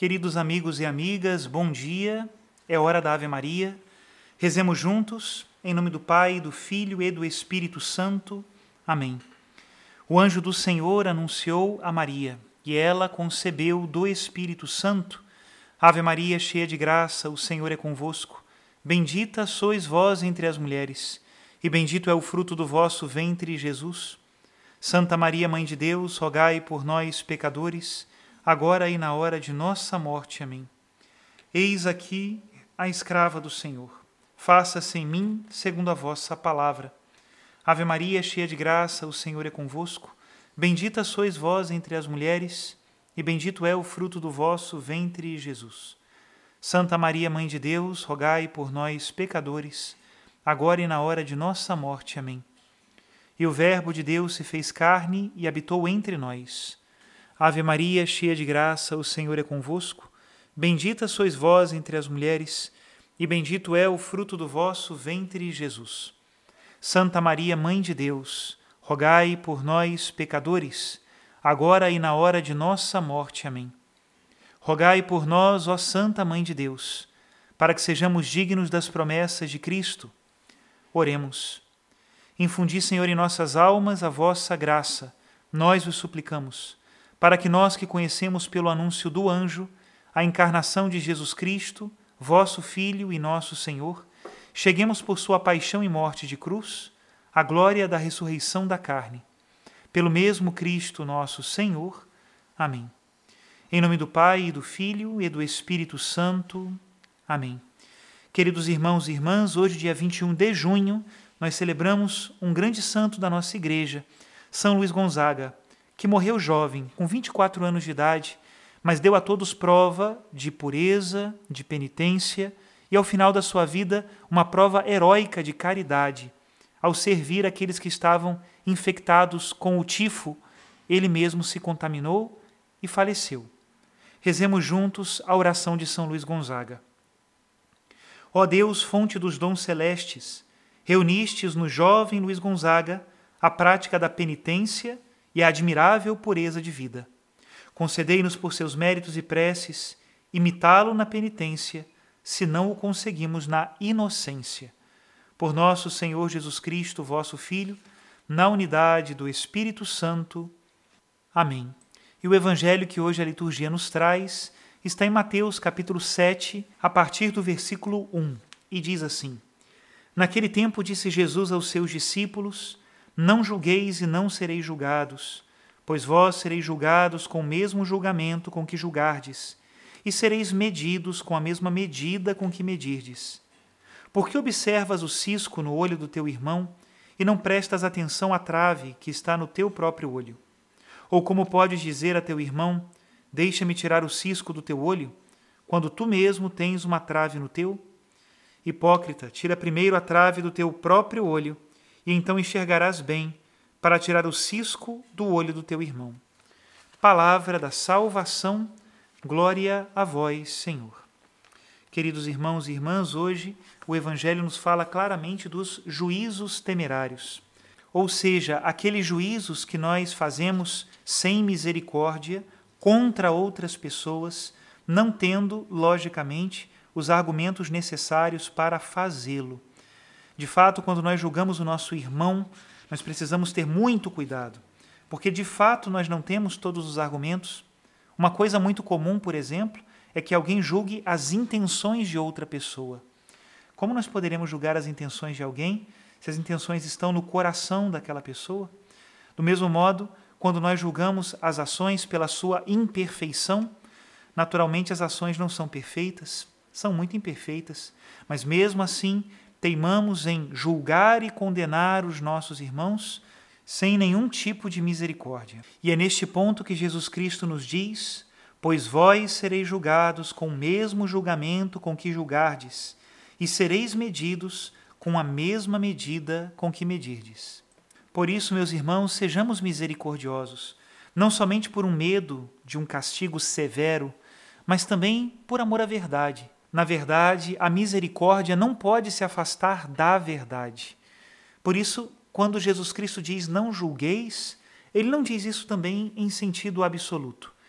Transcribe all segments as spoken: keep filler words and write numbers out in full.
Queridos amigos e amigas, bom dia, é hora da Ave Maria. Rezemos juntos, em nome do Pai, do Filho e do Espírito Santo. Amém. O anjo do Senhor anunciou a Maria, e ela concebeu do Espírito Santo. Ave Maria, cheia de graça, o Senhor é convosco. Bendita sois vós entre as mulheres, e bendito é o fruto do vosso ventre, Jesus. Santa Maria, Mãe de Deus, rogai por nós, pecadores, agora e na hora de nossa morte. Amém. Eis aqui a escrava do Senhor. Faça-se em mim segundo a vossa palavra. Ave Maria, cheia de graça, o Senhor é convosco. Bendita sois vós entre as mulheres, e bendito é o fruto do vosso ventre, Jesus. Santa Maria, Mãe de Deus, rogai por nós, pecadores, agora e na hora de nossa morte. Amém. E o Verbo de Deus se fez carne e habitou entre nós. Ave Maria, cheia de graça, o Senhor é convosco. Bendita sois vós entre as mulheres, e bendito é o fruto do vosso ventre, Jesus. Santa Maria, Mãe de Deus, rogai por nós, pecadores, agora e na hora de nossa morte. Amém. Rogai por nós, ó Santa Mãe de Deus, para que sejamos dignos das promessas de Cristo. Oremos. Infundi, Senhor, em nossas almas a vossa graça, nós vos suplicamos, para que nós que conhecemos pelo anúncio do anjo a encarnação de Jesus Cristo, vosso Filho e nosso Senhor, cheguemos por sua paixão e morte de cruz à glória da ressurreição da carne. Pelo mesmo Cristo nosso Senhor. Amém. Em nome do Pai, e do Filho e do Espírito Santo. Amém. Queridos irmãos e irmãs, hoje, dia vinte e um de junho, nós celebramos um grande santo da nossa igreja, São Luís Gonzaga, que morreu jovem, com vinte e quatro anos de idade, mas deu a todos prova de pureza, de penitência e, ao final da sua vida, uma prova heróica de caridade. Ao servir aqueles que estavam infectados com o tifo, ele mesmo se contaminou e faleceu. Rezemos juntos a oração de São Luís Gonzaga. Ó Deus, fonte dos dons celestes, reunistes no jovem Luís Gonzaga a prática da penitência e a admirável pureza de vida. Concedei-nos por seus méritos e preces imitá-lo na penitência, se não o conseguimos na inocência. Por nosso Senhor Jesus Cristo, vosso Filho, na unidade do Espírito Santo. Amém. E o evangelho que hoje a liturgia nos traz está em Mateus capítulo sete, a partir do versículo um, e diz assim: Naquele tempo disse Jesus aos seus discípulos: Não julgueis e não sereis julgados, pois vós sereis julgados com o mesmo julgamento com que julgardes, e sereis medidos com a mesma medida com que medirdes. Por que observas o cisco no olho do teu irmão e não prestas atenção à trave que está no teu próprio olho? Ou como podes dizer a teu irmão: Deixa-me tirar o cisco do teu olho, quando tu mesmo tens uma trave no teu? Hipócrita, tira primeiro a trave do teu próprio olho, e então enxergarás bem para tirar o cisco do olho do teu irmão. Palavra da salvação, glória a vós, Senhor. Queridos irmãos e irmãs, hoje o Evangelho nos fala claramente dos juízos temerários, ou seja, aqueles juízos que nós fazemos sem misericórdia contra outras pessoas, não tendo, logicamente, os argumentos necessários para fazê-lo. De fato, quando nós julgamos o nosso irmão, nós precisamos ter muito cuidado, porque de fato nós não temos todos os argumentos. Uma coisa muito comum, por exemplo, é que alguém julgue as intenções de outra pessoa. Como nós poderemos julgar as intenções de alguém se as intenções estão no coração daquela pessoa? Do mesmo modo, quando nós julgamos as ações pela sua imperfeição, naturalmente as ações não são perfeitas, são muito imperfeitas, mas mesmo assim teimamos em julgar e condenar os nossos irmãos sem nenhum tipo de misericórdia. E é neste ponto que Jesus Cristo nos diz: Pois vós sereis julgados com o mesmo julgamento com que julgardes, e sereis medidos com a mesma medida com que medirdes. Por isso, meus irmãos, sejamos misericordiosos, não somente por um medo de um castigo severo, mas também por amor à verdade. Na verdade, a misericórdia não pode se afastar da verdade. Por isso, quando Jesus Cristo diz não julgueis, ele não diz isso também em sentido absoluto.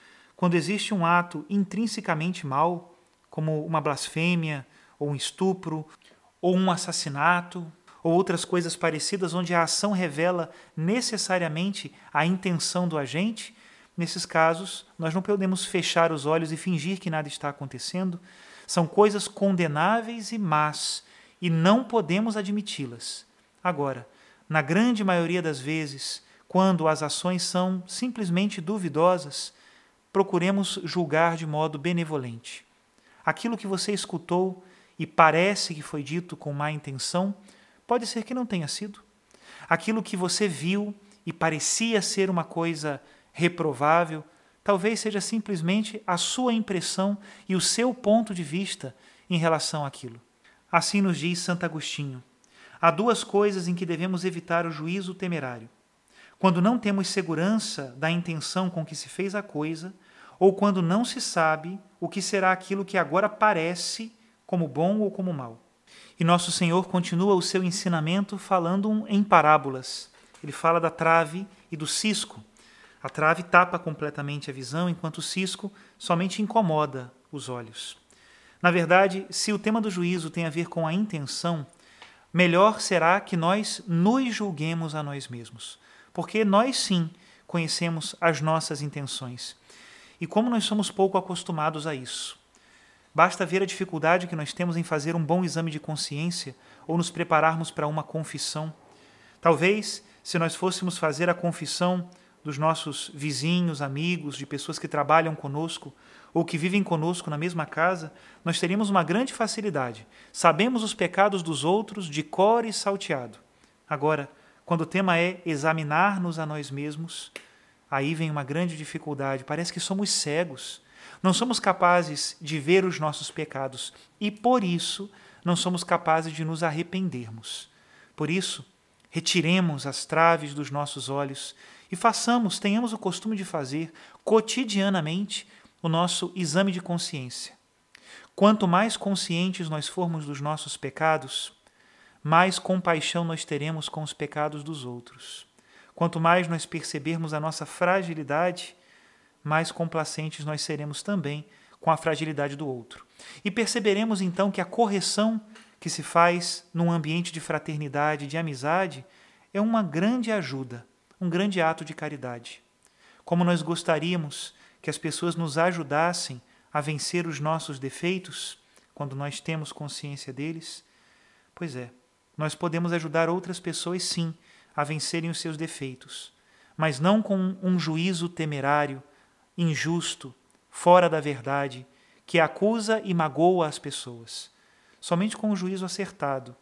quando existe um ato intrinsecamente mau, como uma blasfêmia, ou um estupro, ou um assassinato, ou outras coisas parecidas, onde a ação revela necessariamente a intenção do agente, nesses casos, nós não podemos fechar os olhos e fingir que nada está acontecendo. São coisas condenáveis e más, e não podemos admiti-las. Agora, na grande maioria das vezes, quando as ações são simplesmente duvidosas, procuremos julgar de modo benevolente. Aquilo que você escutou e parece que foi dito com má intenção, pode ser que não tenha sido. Aquilo que você viu e parecia ser uma coisa reprovável, talvez seja simplesmente a sua impressão e o seu ponto de vista em relação àquilo. Assim nos diz Santo Agostinho: há duas coisas em que devemos evitar o juízo temerário: quando não temos segurança da intenção com que se fez a coisa, ou quando não se sabe o que será aquilo que agora parece como bom ou como mal. E nosso Senhor continua o seu ensinamento falando em parábolas. Ele fala da trave e do cisco. A trave tapa completamente a visão, enquanto o cisco somente incomoda os olhos. Na verdade, se o tema do juízo tem a ver com a intenção, melhor será que nós nos julguemos a nós mesmos, porque nós sim conhecemos as nossas intenções. E como nós somos pouco acostumados a isso. Basta ver a dificuldade que nós temos em fazer um bom exame de consciência ou nos prepararmos para uma confissão. Talvez, se nós fôssemos fazer a confissão dos nossos vizinhos, amigos, de pessoas que trabalham conosco ou que vivem conosco na mesma casa, nós teríamos uma grande facilidade. Sabemos os pecados dos outros de cor e salteado. Agora, quando o tema é examinar-nos a nós mesmos, aí vem uma grande dificuldade. Parece que somos cegos. Não somos capazes de ver os nossos pecados e, por isso, não somos capazes de nos arrependermos. Por isso, retiremos as traves dos nossos olhos e façamos, tenhamos o costume de fazer cotidianamente o nosso exame de consciência. Quanto mais conscientes nós formos dos nossos pecados, mais compaixão nós teremos com os pecados dos outros. Quanto mais nós percebermos a nossa fragilidade, mais complacentes nós seremos também com a fragilidade do outro. E perceberemos então que a correção que se faz num ambiente de fraternidade, de amizade, é uma grande ajuda, um grande ato de caridade. Como nós gostaríamos que as pessoas nos ajudassem a vencer os nossos defeitos, quando nós temos consciência deles, pois é, nós podemos ajudar outras pessoas sim a vencerem os seus defeitos, mas não com um juízo temerário, injusto, fora da verdade, que acusa e magoa as pessoas. Somente com um juízo acertado,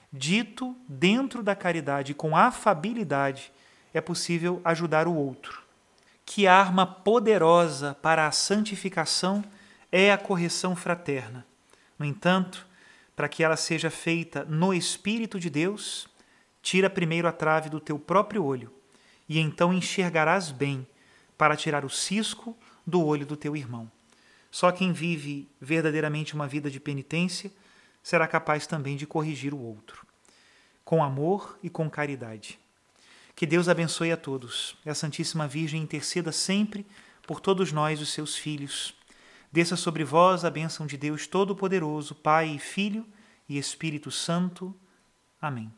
dito dentro da caridade, com afabilidade, é possível ajudar o outro. Que arma poderosa para a santificação é a correção fraterna. No entanto, para que ela seja feita no Espírito de Deus, tira primeiro a trave do teu próprio olho, e então enxergarás bem para tirar o cisco do olho do teu irmão. Só quem vive verdadeiramente uma vida de penitência será capaz também de corrigir o outro, com amor e com caridade. Que Deus abençoe a todos e a Santíssima Virgem interceda sempre por todos nós, os seus filhos. Desça sobre vós a bênção de Deus Todo-Poderoso, Pai e Filho e Espírito Santo. Amém.